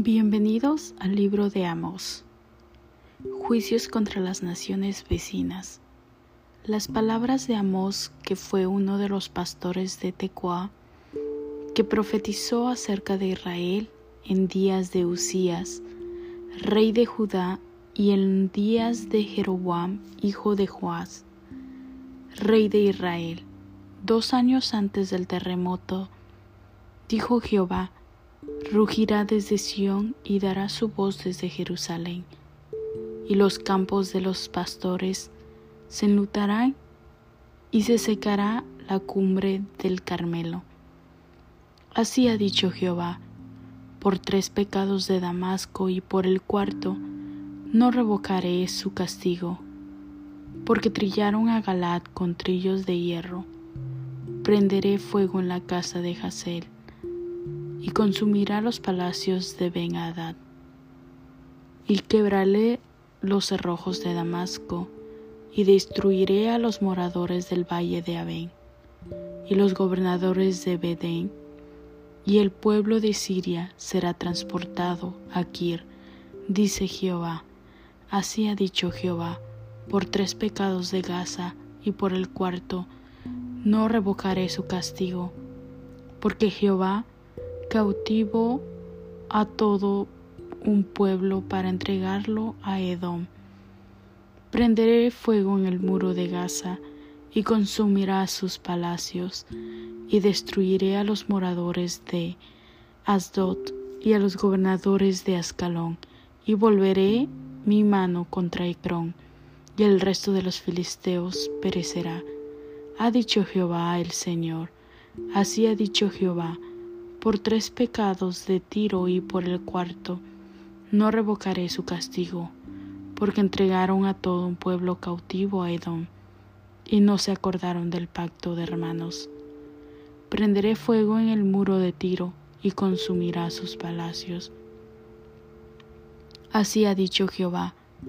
Bienvenidos al libro de Amós. Juicios contra las naciones vecinas. Las palabras de Amós, que fue uno de los pastores de Tecoa, que profetizó acerca de Israel en días de Usías, rey de Judá, y en días de Jeroboam, hijo de Joás, rey de Israel, 2 años antes del terremoto. Dijo Jehová: rugirá desde Sión y dará su voz desde Jerusalén, y los campos de los pastores se enlutarán y se secará la cumbre del Carmelo. Así ha dicho Jehová: por 3 pecados de Damasco y por el 4 no revocaré su castigo, porque trillaron a Galaad con trillos de hierro. Prenderé fuego en la casa de Hazael y consumirá los palacios de Ben-Hadad, y quebraré los cerrojos de Damasco, y destruiré a los moradores del valle de Abén, y los gobernadores de Bedén, y el pueblo de Siria será transportado a Kir, dice Jehová. Así ha dicho Jehová: por 3 pecados de Gaza y por el 4 no revocaré su castigo, porque Jehová cautivó a todo un pueblo para entregarlo a Edom. Prenderé fuego en el muro de Gaza y consumirá sus palacios, y destruiré a los moradores de Asdod y a los gobernadores de Ascalón, y volveré mi mano contra Ecrón, y el resto de los filisteos perecerá. Ha dicho Jehová el Señor. Así ha dicho Jehová: por 3 pecados de Tiro y por el 4 no revocaré su castigo, porque entregaron a todo un pueblo cautivo a Edom, y no se acordaron del pacto de hermanos. Prenderé fuego en el muro de Tiro y consumirá sus palacios. Así ha dicho Jehová: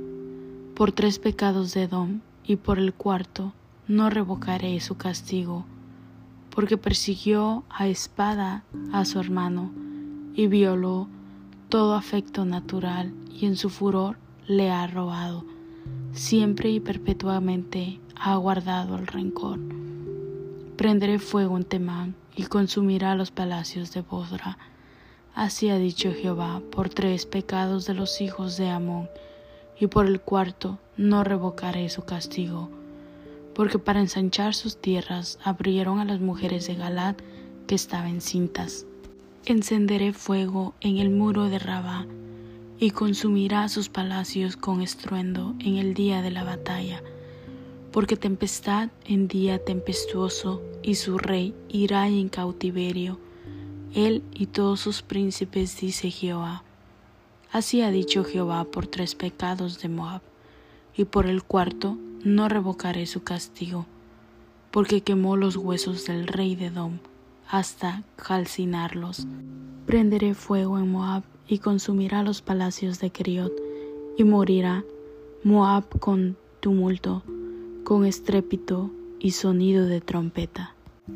por 3 pecados de Edom y por el 4 no revocaré su castigo, porque persiguió a espada a su hermano y violó todo afecto natural, y en su furor le ha robado. Siempre y perpetuamente ha guardado el rencor. Prenderé fuego en Temán y consumirá los palacios de Bosra. Así ha dicho Jehová: por 3 pecados de los hijos de Amón y por el 4 no revocaré su castigo, porque para ensanchar sus tierras abrieron a las mujeres de Galaad que estaban cintas. Encenderé fuego en el muro de Rabá, y consumirá sus palacios con estruendo en el día de la batalla, porque tempestad en día tempestuoso, y su rey irá en cautiverio, él y todos sus príncipes, dice Jehová. Así ha dicho Jehová: por 3 pecados de Moab, y por el 4 no revocaré su castigo, porque quemó los huesos del rey de Edom hasta calcinarlos. Prenderé fuego en Moab y consumirá los palacios de Keriot, y morirá Moab con tumulto, con estrépito y sonido de trompeta.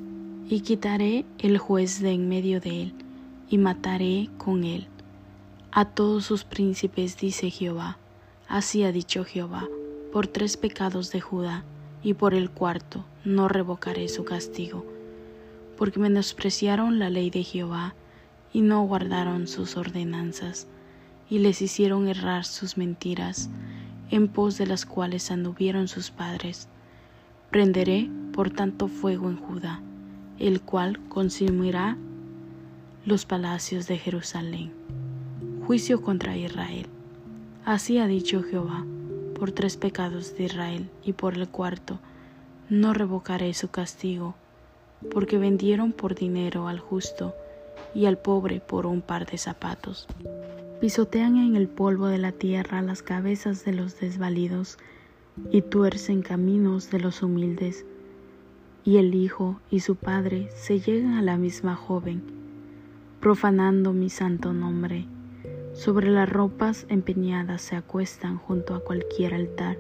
Y quitaré el juez de en medio de él, y mataré con él a todos sus príncipes, dice Jehová. Así ha dicho Jehová: por 3 pecados de Judá y por el 4 no revocaré su castigo, porque menospreciaron la ley de Jehová y no guardaron sus ordenanzas, y les hicieron errar sus mentiras, en pos de las cuales anduvieron sus padres. Prenderé por tanto fuego en Judá, el cual consumirá los palacios de Jerusalén. Juicio contra Israel. Así ha dicho Jehová: por 3 pecados de Israel y por el 4 no revocaré su castigo, porque vendieron por dinero al justo y al pobre por un par de zapatos. Pisotean en el polvo de la tierra las cabezas de los desvalidos, y tuercen caminos de los humildes, y el hijo y su padre se llegan a la misma joven, profanando mi santo nombre. Sobre las ropas empeñadas se acuestan junto a cualquier altar,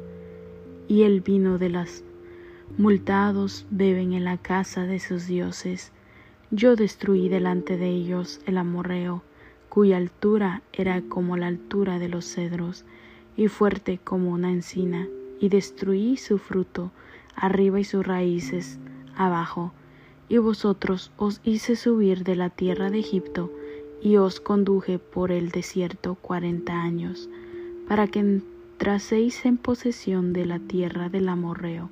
y el vino de los multados beben en la casa de sus dioses. Yo destruí delante de ellos el amorreo, cuya altura era como la altura de los cedros, y fuerte como una encina, y destruí su fruto arriba y sus raíces abajo. Y vosotros os hice subir de la tierra de Egipto, y os conduje por el desierto 40 años, para que entraseis en posesión de la tierra del amorreo.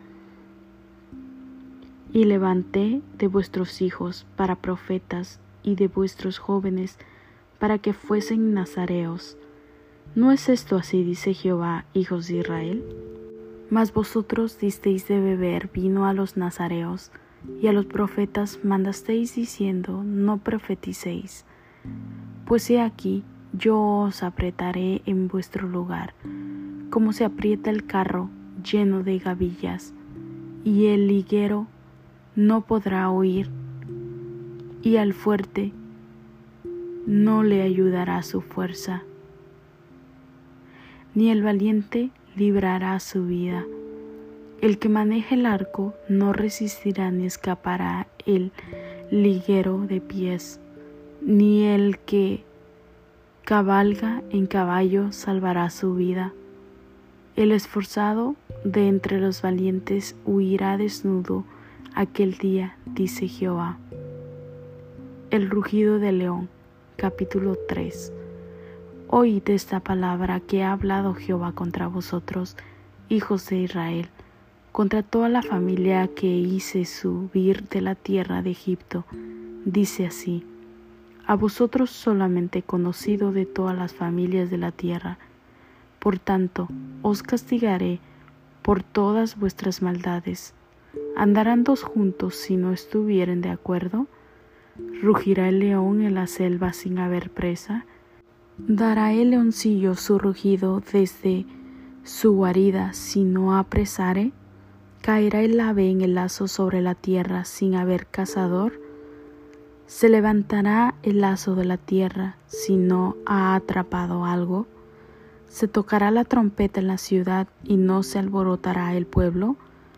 Y levanté de vuestros hijos para profetas, y de vuestros jóvenes para que fuesen nazareos. ¿No es esto así, dice Jehová, hijos de Israel? Mas vosotros disteis de beber vino a los nazareos, y a los profetas mandasteis diciendo, no profeticéis. Pues he aquí, yo os apretaré en vuestro lugar, como se aprieta el carro lleno de gavillas, y el liguero no podrá huir, y al fuerte no le ayudará su fuerza, ni el valiente librará su vida. El que maneja el arco no resistirá ni escapará el liguero de pies, ni el que cabalga en caballo salvará su vida. El esforzado de entre los valientes huirá desnudo aquel día, dice Jehová. El rugido del león. Capítulo 3. Oíd esta palabra que ha hablado Jehová contra vosotros, hijos de Israel, contra toda la familia que hice subir de la tierra de Egipto. Dice así: a vosotros solamente he conocido de todas las familias de la tierra. Por tanto, os castigaré por todas vuestras maldades. ¿Andarán dos juntos si no estuvieren de acuerdo? ¿Rugirá el león en la selva sin haber presa? ¿Dará el leoncillo su rugido desde su guarida si no apresare? ¿Caerá el ave en el lazo sobre la tierra sin haber cazador? ¿Se levantará el lazo de la tierra si no ha atrapado algo? ¿Se tocará la trompeta en la ciudad y no se alborotará el pueblo?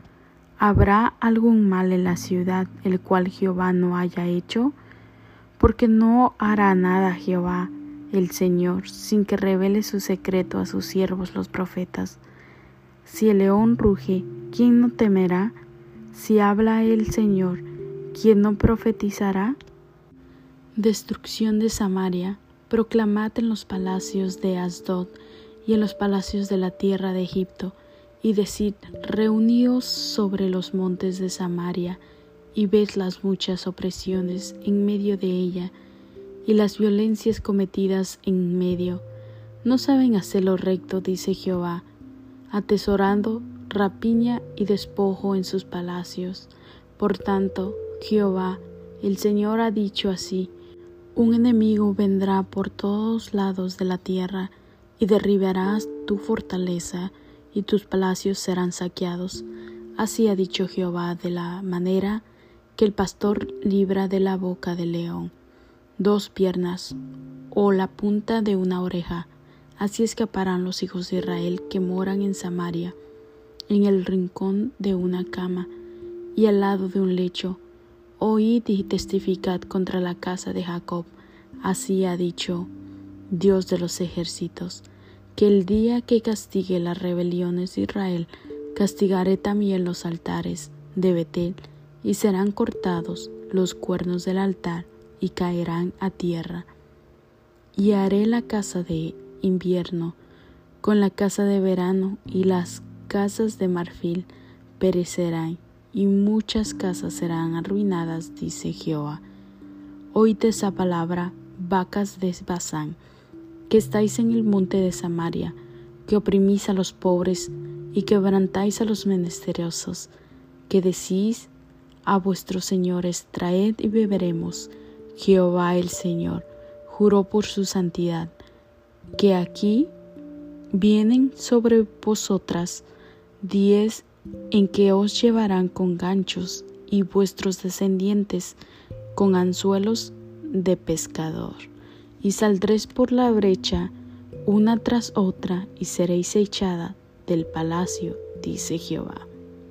¿Habrá algún mal en la ciudad el cual Jehová no haya hecho? Porque no hará nada Jehová el Señor sin que revele su secreto a sus siervos los profetas. Si el león ruge, ¿quién no temerá? Si habla el Señor, ¿quién no profetizará? Destrucción de Samaria. Proclamad en los palacios de Asdod y en los palacios de la tierra de Egipto, y decid: reuníos sobre los montes de Samaria, y ved las muchas opresiones en medio de ella, y las violencias cometidas en medio. No saben hacer lo recto, dice Jehová, atesorando rapiña y despojo en sus palacios. Por tanto, Jehová, el Señor, ha dicho así: un enemigo vendrá por todos lados de la tierra, y derribarás tu fortaleza, y tus palacios serán saqueados. Así ha dicho Jehová, de la manera que el pastor libra de la boca del león 2 piernas, o la punta de una oreja. Así escaparán los hijos de Israel que moran en Samaria, en el rincón de una cama, y al lado de un lecho. Oíd y testificad contra la casa de Jacob. Así ha dicho Dios de los ejércitos, que el día que castigue las rebeliones de Israel, castigaré también los altares de Betel, y serán cortados los cuernos del altar, y caerán a tierra. Y haré la casa de invierno con la casa de verano, y las casas de marfil perecerán, y muchas casas serán arruinadas, dice Jehová. Oíd esa palabra, vacas de Basán, que estáis en el monte de Samaria, que oprimís a los pobres y quebrantáis a los menesterosos, que decís a vuestros señores: traed y beberemos. Jehová el Señor juró por su santidad, que aquí vienen sobre vosotras 10 en que os llevarán con ganchos, y vuestros descendientes con anzuelos de pescador. Y saldréis por la brecha una tras otra, y seréis echada del palacio, dice Jehová.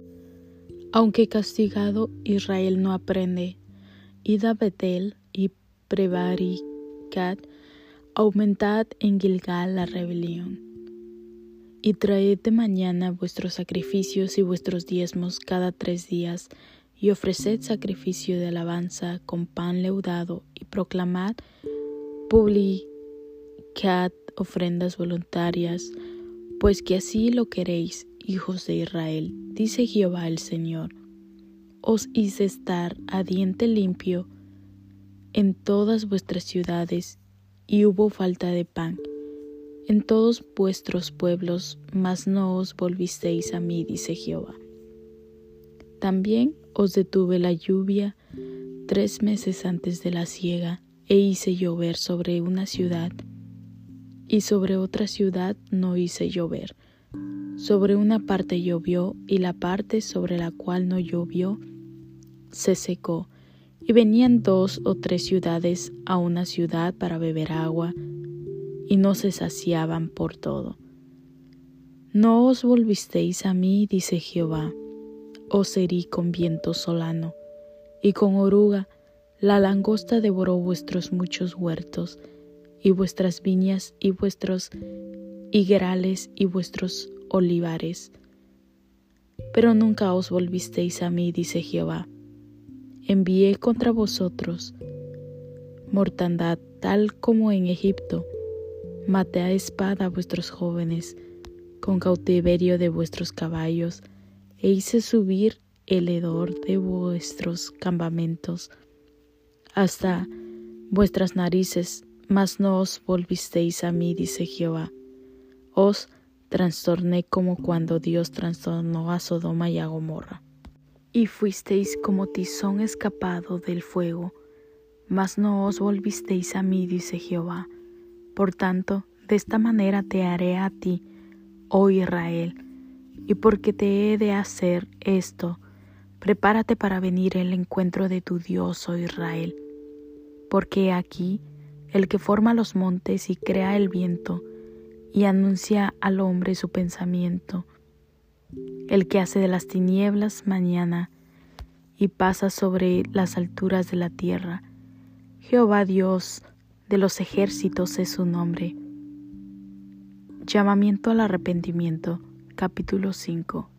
Aunque castigado, Israel no aprende. Id a Betel y prevaricad Aumentad en Gilgal la rebelión, y traed de mañana vuestros sacrificios y vuestros diezmos cada 3 días, y ofreced sacrificio de alabanza con pan leudado, y proclamad, publicad ofrendas voluntarias, pues que así lo queréis, hijos de Israel, dice Jehová el Señor. Os hice estar a diente limpio en todas vuestras ciudades, y hubo falta de pan en todos vuestros pueblos, mas no os volvisteis a mí, dice Jehová. También os detuve la lluvia 3 meses antes de la siega, e hice llover sobre una ciudad, y sobre otra ciudad no hice llover. Sobre una parte llovió, y la parte sobre la cual no llovió se secó. Y venían 2 o 3 ciudades a una ciudad para beber agua, y no se saciaban por todo. No os volvisteis a mí, dice Jehová. Os herí con viento solano, y con oruga. La langosta devoró vuestros muchos huertos, y vuestras viñas, y vuestros higuerales, y vuestros olivares. Pero nunca os volvisteis a mí, dice Jehová. Envié contra vosotros mortandad, tal como en Egipto. Maté a espada a vuestros jóvenes, con cautiverio de vuestros caballos, e hice subir el hedor de vuestros campamentos hasta vuestras narices, mas no os volvisteis a mí, dice Jehová. Os trastorné como cuando Dios trastornó a Sodoma y a Gomorra. Y fuisteis como tizón escapado del fuego, mas no os volvisteis a mí, dice Jehová. Por tanto, de esta manera te haré a ti, oh Israel, y porque te he de hacer esto, prepárate para venir al encuentro de tu Dios, oh Israel. Porque aquí, el que forma los montes y crea el viento, y anuncia al hombre su pensamiento, el que hace de las tinieblas mañana, y pasa sobre las alturas de la tierra. Jehová Dios de los ejércitos es su nombre. Llamamiento al arrepentimiento, capítulo 5.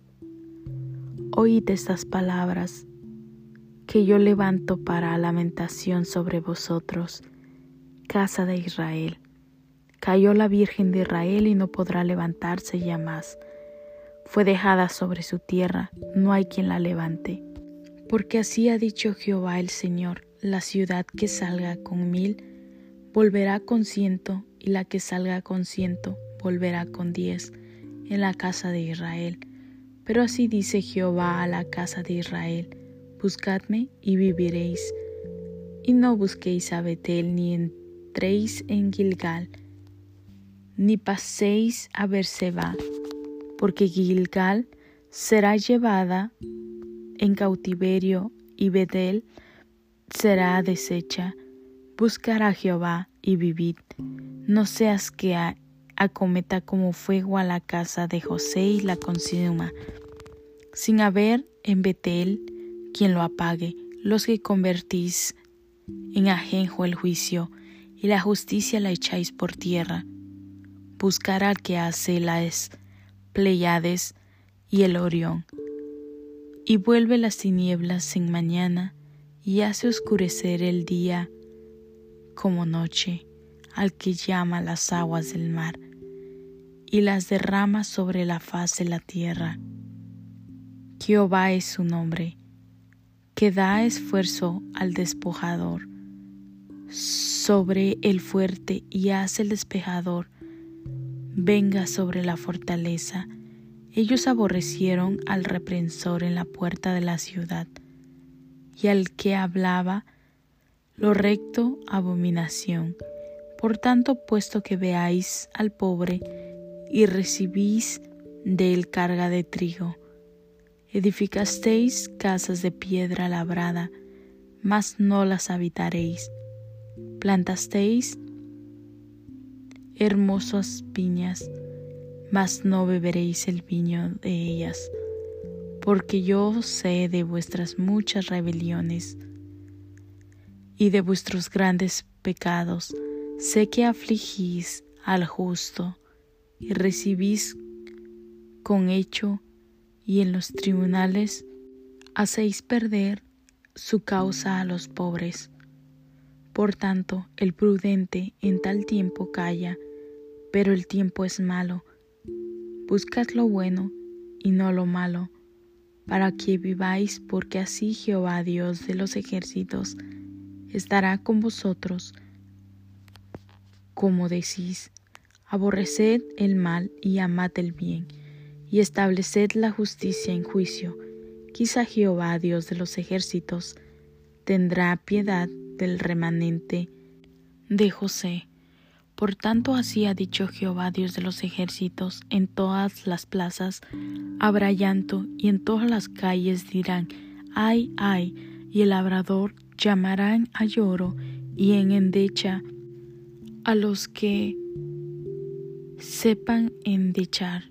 Oíd estas palabras que yo levanto para lamentación sobre vosotros, casa de Israel. Cayó la Virgen de Israel y no podrá levantarse ya más. Fue dejada sobre su tierra, no hay quien la levante. Porque así ha dicho Jehová el Señor: la ciudad que salga con 1000 volverá con 100, y la que salga con 100 volverá con 10 en la casa de Israel. Pero así dice Jehová a la casa de Israel: buscadme y viviréis, y no busquéis a Betel, ni entréis en Gilgal, ni paséis a Beerseba, porque Gilgal será llevada en cautiverio, y Betel será deshecha. Buscar a Jehová y vivid, no seas que acometa como fuego a la casa de José y la consuma, sin haber en Betel quien lo apague. Los que convertís en ajenjo el juicio, y la justicia la echáis por tierra. Buscar al que hace las Pléyades y el Orión, y vuelve las tinieblas en mañana, y hace oscurecer el día como noche, al que llama las aguas del mar, y las derrama sobre la faz de la tierra. Jehová es su nombre, que da esfuerzo al despojador sobre el fuerte, y hace el despejador venga sobre la fortaleza. Ellos aborrecieron al reprensor en la puerta de la ciudad, y al que hablaba lo recto abominación. Por tanto, puesto que veáis al pobre y recibís de él carga de trigo, edificasteis casas de piedra labrada, mas no las habitaréis. Plantasteis hermosas viñas, mas no beberéis el vino de ellas, porque yo sé de vuestras muchas rebeliones y de vuestros grandes pecados, Sé que afligís al justo y recibís con hecho, y en los tribunales hacéis perder su causa a los pobres. Por tanto, el prudente en tal tiempo calla, pero el tiempo es malo. Buscad lo bueno y no lo malo, para que viváis, porque así Jehová Dios de los ejércitos estará con vosotros. Como decís, aborreced el mal y amad el bien, y estableced la justicia en juicio. Quizá Jehová Dios de los ejércitos tendrá piedad del remanente de José. Por tanto, así ha dicho Jehová Dios de los ejércitos: en todas las plazas habrá llanto, y en todas las calles dirán: ay, ay, y el labrador llamarán a lloro, y en endecha a los que sepan endechar.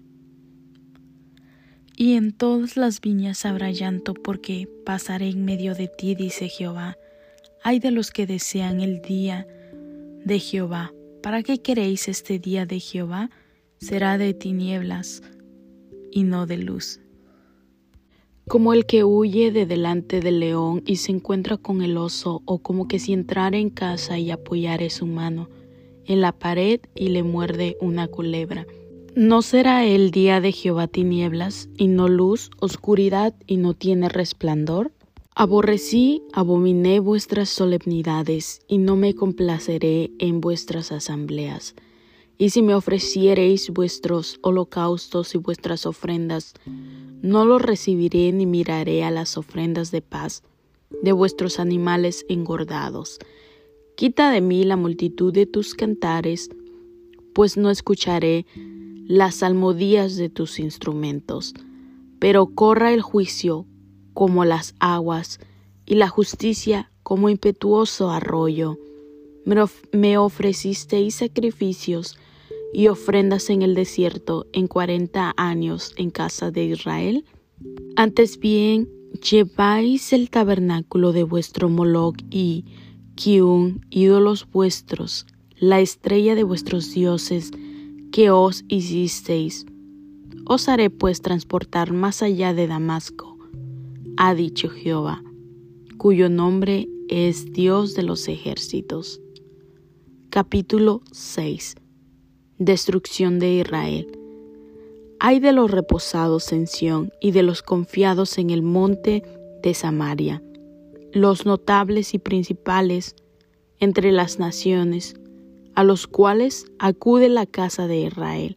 Y en todas las viñas habrá llanto, porque pasaré en medio de ti, dice Jehová. Ay de los que desean el día de Jehová. ¿Para qué queréis este día de Jehová? Será de tinieblas y no de luz. Como el que huye de delante del león y se encuentra con el oso, o como que si entrara en casa y apoyare su mano en la pared y le muerde una culebra. ¿No será el día de Jehová tinieblas y no luz, oscuridad y no tiene resplandor? Abominé vuestras solemnidades, y no me complaceré en vuestras asambleas. Y si me ofreciereis vuestros holocaustos y vuestras ofrendas, no los recibiré ni miraré a las ofrendas de paz de vuestros animales engordados. Quita de mí la multitud de tus cantares, pues no escucharé las salmodías de tus instrumentos. Pero corra el juicio como las aguas, y la justicia como impetuoso arroyo. Me ofrecisteis sacrificios y ofrendas en el desierto en 40 años en casa de Israel. Antes bien, lleváis el tabernáculo de vuestro Moloc y Kiun, ídolos vuestros, la estrella de vuestros dioses que os hicisteis. Os haré pues transportar más allá de Damasco, ha dicho Jehová, cuyo nombre es Dios de los ejércitos. Capítulo 6. Destrucción de Israel. Ay de los reposados en Sión y de los confiados en el monte de Samaria, los notables y principales entre las naciones, a los cuales acude la casa de Israel.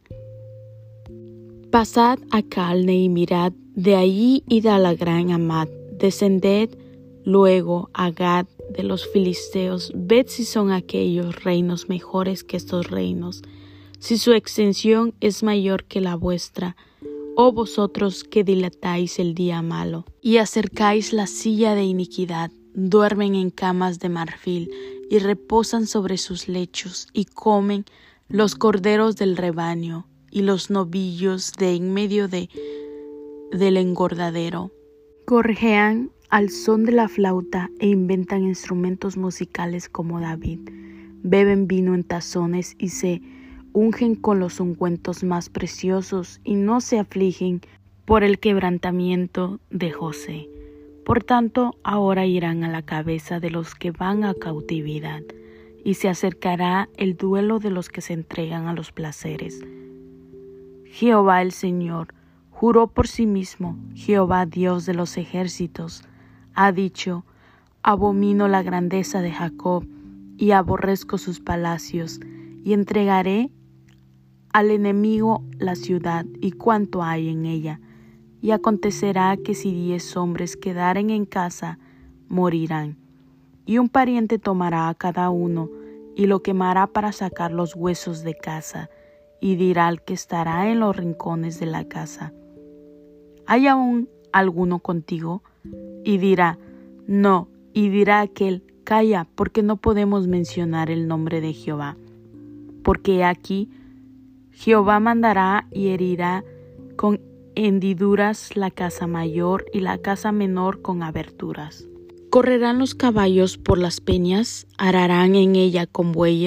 Pasad a Calne y mirad, de allí id a la gran Hamad, descended luego a Gad de los filisteos, ved si son aquellos reinos mejores que estos reinos, si su extensión es mayor que la vuestra, oh vosotros que dilatáis el día malo, y acercáis la silla de iniquidad, duermen en camas de marfil, y reposan sobre sus lechos, y comen los corderos del rebaño, y los novillos de en medio del engordadero. Gorjean al son de la flauta e inventan instrumentos musicales como David. Beben vino en tazones y se ungen con los ungüentos más preciosos y no se afligen por el quebrantamiento de José. Por tanto, ahora irán a la cabeza de los que van a cautividad y se acercará el duelo de los que se entregan a los placeres. Jehová el Señor juró por sí mismo, Jehová Dios de los ejércitos, ha dicho: abomino la grandeza de Jacob y aborrezco sus palacios, y entregaré al enemigo la ciudad y cuanto hay en ella. Y acontecerá que si 10 hombres quedaren en casa, morirán. Y un pariente tomará a cada uno y lo quemará para sacar los huesos de casa, y dirá al que estará en los rincones de la casa: ¿hay aún alguno contigo? Y dirá: no. Y dirá aquel: calla, porque no podemos mencionar el nombre de Jehová. Porque aquí Jehová mandará y herirá con hendiduras la casa mayor y la casa menor con aberturas. Correrán los caballos por las peñas, ararán en ella con bueyes,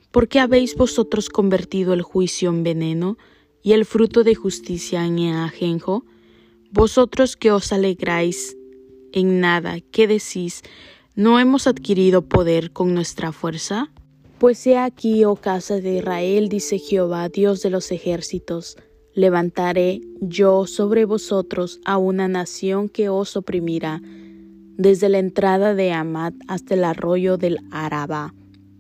¿Por qué habéis vosotros convertido el juicio en veneno y el fruto de justicia en ajenjo? Vosotros que os alegráis en nada, ¿qué decís? ¿No hemos adquirido poder con nuestra fuerza? Pues he aquí, oh casa de Israel, dice Jehová, Dios de los ejércitos, levantaré yo sobre vosotros a una nación que os oprimirá, desde la entrada de Hamat hasta el arroyo del Arabá.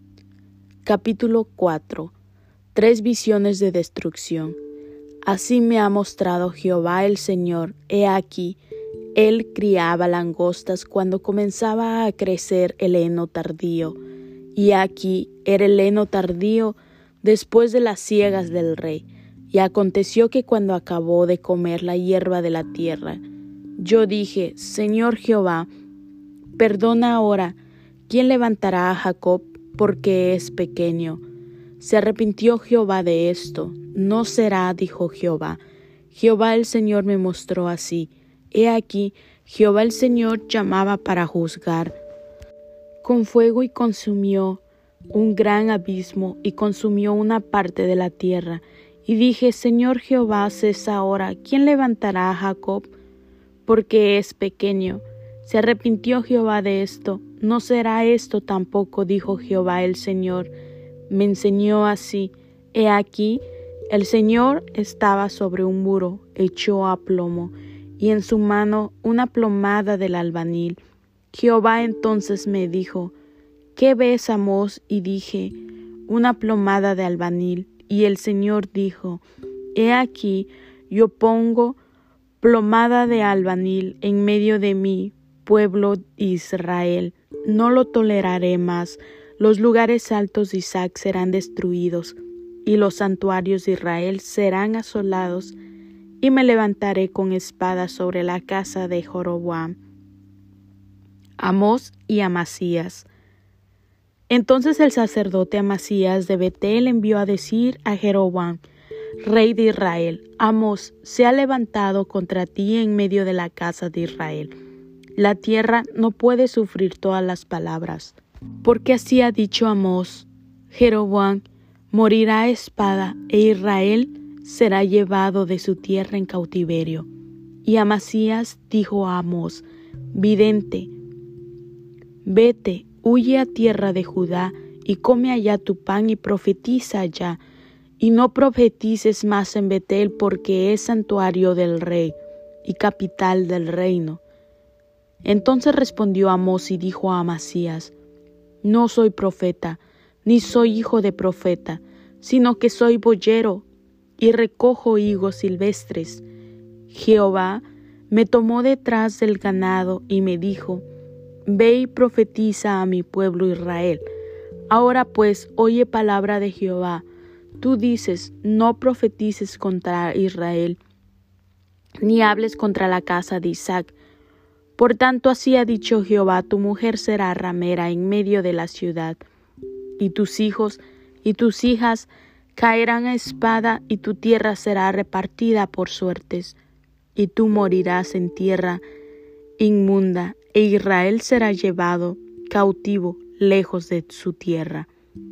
Capítulo 4. 3 visiones de destrucción. Así me ha mostrado Jehová el Señor. He aquí, él criaba langostas cuando comenzaba a crecer el heno tardío. Y aquí era el heno tardío después de las siegas del rey. Y aconteció que cuando acabó de comer la hierba de la tierra, yo dije, Señor Jehová, perdona ahora, ¿quién levantará a Jacob? Porque es pequeño. Se arrepintió Jehová de esto. No será, dijo Jehová. Jehová el Señor me mostró así. He aquí, Jehová el Señor llamaba para juzgar. Con fuego y consumió un gran abismo y consumió una parte de la tierra. Y dije, Señor Jehová, cesa ahora. ¿Quién levantará a Jacob? Porque es pequeño. Se arrepintió Jehová de esto. No será esto tampoco, dijo Jehová el Señor. Me enseñó así. He aquí, el Señor estaba sobre un muro, hecho a plomo, y en su mano una plomada del albanil. Jehová entonces me dijo, ¿qué ves, Amós? Y dije, una plomada de albanil. Y el Señor dijo, he aquí, yo pongo plomada de albanil en medio de mí, pueblo Israel. No lo toleraré más. Los lugares altos de Isaac serán destruidos, y los santuarios de Israel serán asolados, y me levantaré con espada sobre la casa de Jeroboam. Amós y Amasías. Entonces el sacerdote Amasías de Betel envió a decir a Jeroboam, rey de Israel, Amós se ha levantado contra ti en medio de la casa de Israel. La tierra no puede sufrir todas las palabras. Porque así ha dicho Amós, Jeroboam morirá a espada, e Israel será llevado de su tierra en cautiverio. Y Amasías dijo a Amós, vidente, vete, huye a tierra de Judá, y come allá tu pan y profetiza allá, y no profetices más en Betel, porque es santuario del rey y capital del reino. Entonces respondió Amós y dijo a Amasías, no soy profeta, ni soy hijo de profeta, sino que soy boyero y recojo higos silvestres. Jehová me tomó detrás del ganado y me dijo, ve y profetiza a mi pueblo Israel. Ahora pues, oye palabra de Jehová. Tú dices, no profetices contra Israel, ni hables contra la casa de Isaac. Por tanto, así ha dicho Jehová, tu mujer será ramera en medio de la ciudad, y tus hijos y tus hijas caerán a espada, y tu tierra será repartida por suertes, y tú morirás en tierra inmunda, e Israel será llevado cautivo lejos de su tierra.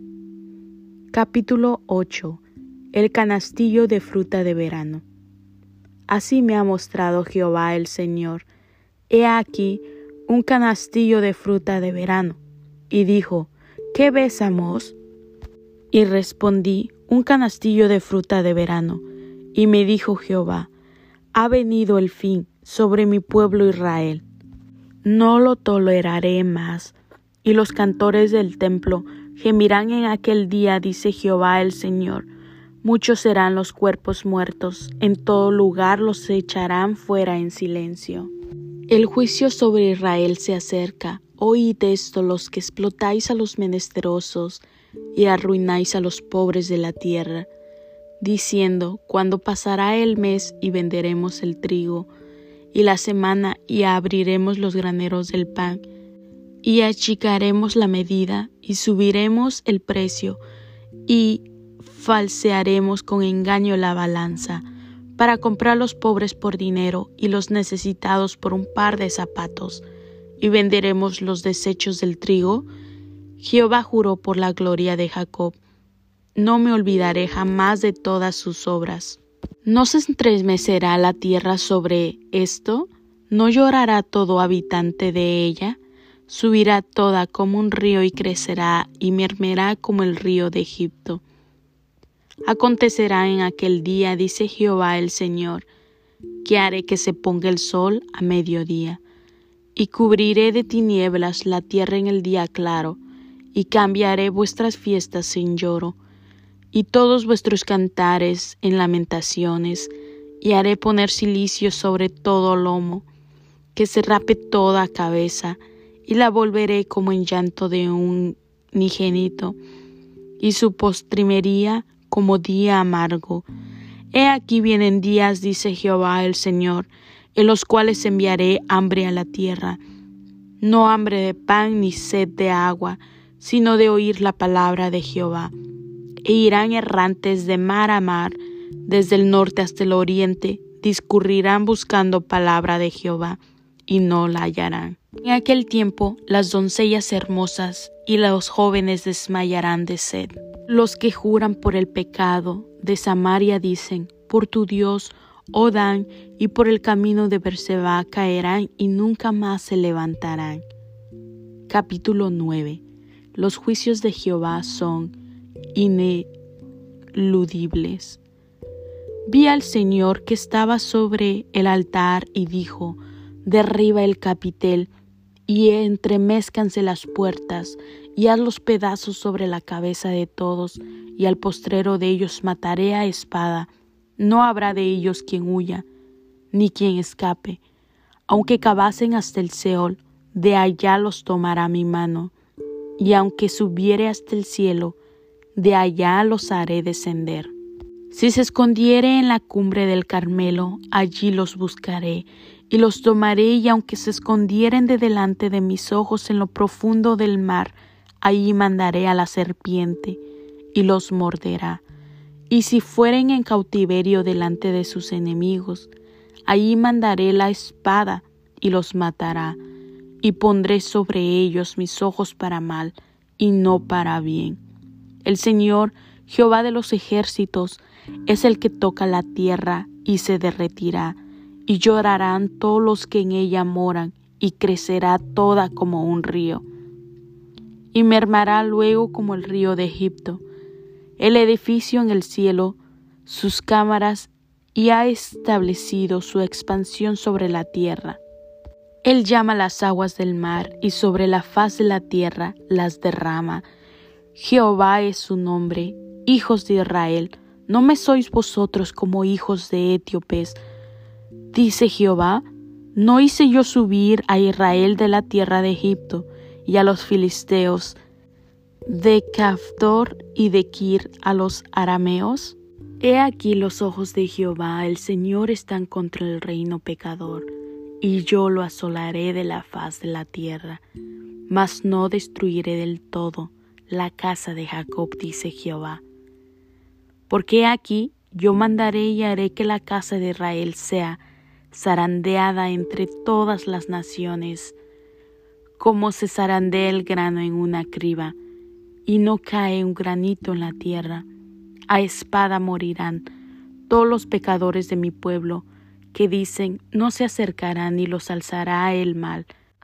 Capítulo 8. El canastillo de fruta de verano. Así me ha mostrado Jehová el Señor. He aquí un canastillo de fruta de verano. Y dijo, ¿qué ves, Amós? Y respondí, un canastillo de fruta de verano. Y me dijo Jehová, ha venido el fin sobre mi pueblo Israel. No lo toleraré más. Y los cantores del templo gemirán en aquel día, dice Jehová el Señor. Muchos serán los cuerpos muertos, en todo lugar los echarán fuera en silencio. El juicio sobre Israel se acerca. Oíd esto los que explotáis a los menesterosos y arruináis a los pobres de la tierra, diciendo, cuando pasará el mes y venderemos el trigo, y la semana y abriremos los graneros del pan, y achicaremos la medida, y subiremos el precio, y falsearemos con engaño la balanza, para comprar los pobres por dinero y los necesitados por un par de zapatos, y venderemos los desechos del trigo. Jehová juró por la gloria de Jacob, no me olvidaré jamás de todas sus obras. ¿No se estremecerá la tierra sobre esto? ¿No llorará todo habitante de ella? Subirá toda como un río y crecerá y mermerá como el río de Egipto. Acontecerá en aquel día, dice Jehová el Señor, que haré que se ponga el sol a mediodía, y cubriré de tinieblas la tierra en el día claro, y cambiaré vuestras fiestas en lloro, y todos vuestros cantares en lamentaciones, y haré poner cilicio sobre todo lomo, que se rape toda cabeza, y la volveré como en llanto de un unigénito, y su postrimería como día amargo. He aquí vienen días, dice Jehová el Señor, en los cuales enviaré hambre a la tierra, no hambre de pan ni sed de agua, sino de oír la palabra de Jehová. E irán errantes de mar a mar, desde el norte hasta el oriente, discurrirán buscando palabra de Jehová, y no la hallarán. En aquel tiempo las doncellas hermosas y los jóvenes desmayarán de sed. Los que juran por el pecado de Samaria dicen, por tu Dios, oh Dan, y por el camino de Berseba caerán y nunca más se levantarán. Capítulo 9. Los juicios de Jehová son ineludibles. Vi al Señor que estaba sobre el altar y dijo, derriba el capitel y entremézcanse las puertas y haz los pedazos sobre la cabeza de todos, y al postrero de ellos mataré a espada. No habrá de ellos quien huya, ni quien escape. Aunque cavasen hasta el Seol, de allá los tomará mi mano. Y aunque subiere hasta el cielo, de allá los haré descender. Si se escondiere en la cumbre del Carmelo, allí los buscaré, y los tomaré, y aunque se escondieren de delante de mis ojos en lo profundo del mar, allí mandaré a la serpiente, y los morderá. Y si fueren en cautiverio delante de sus enemigos, allí mandaré la espada, y los matará, y pondré sobre ellos mis ojos para mal, y no para bien. El Señor, Jehová de los ejércitos, es el que toca la tierra, y se derretirá, y llorarán todos los que en ella moran, y crecerá toda como un río. Y mermará luego como el río de Egipto, el edificio en el cielo, sus cámaras, y ha establecido su expansión sobre la tierra. Él llama las aguas del mar, y sobre la faz de la tierra las derrama. Jehová es su nombre. Hijos de Israel, ¿no me sois vosotros como hijos de etíopes? Dice Jehová, ¿no hice yo subir a Israel de la tierra de Egipto, y a los filisteos de Caftor y de Kir a los arameos? He aquí los ojos de Jehová, el Señor, están contra el reino pecador, y yo lo asolaré de la faz de la tierra, mas no destruiré del todo la casa de Jacob, dice Jehová. Porque aquí yo mandaré y haré que la casa de Israel sea zarandeada entre todas las naciones, como se zarandea el grano en una criba, y no cae un granito en la tierra. A espada morirán todos los pecadores de mi pueblo, que dicen, no se acercarán y los alzará el mal.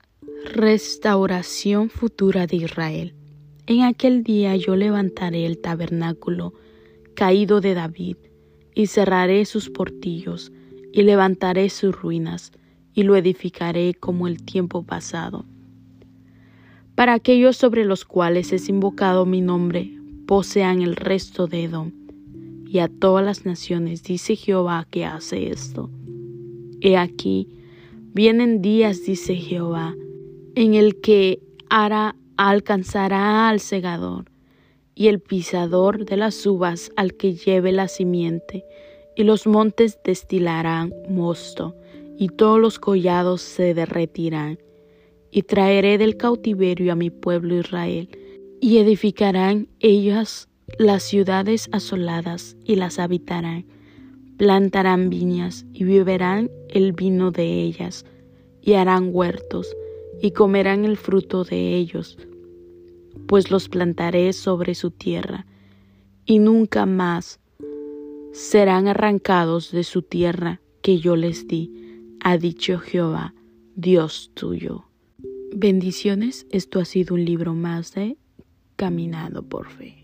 Restauración futura de Israel. En aquel día yo levantaré el tabernáculo caído de David, y cerraré sus portillos, y levantaré sus ruinas, y lo edificaré como el tiempo pasado. Para aquellos sobre los cuales es invocado mi nombre, posean el resto de Edom, y a todas las naciones, dice Jehová, que hace esto. He aquí, vienen días, dice Jehová, en el que alcanzará al segador, y el pisador de las uvas al que lleve la simiente, y los montes destilarán mosto, y todos los collados se derretirán. Y traeré del cautiverio a mi pueblo Israel, y edificarán ellas las ciudades asoladas, y las habitarán. Plantarán viñas, y beberán el vino de ellas, y harán huertos, y comerán el fruto de ellos, pues los plantaré sobre su tierra, y nunca más serán arrancados de su tierra que yo les di, ha dicho Jehová, Dios tuyo. Bendiciones, esto ha sido un libro más de Caminando por Fe.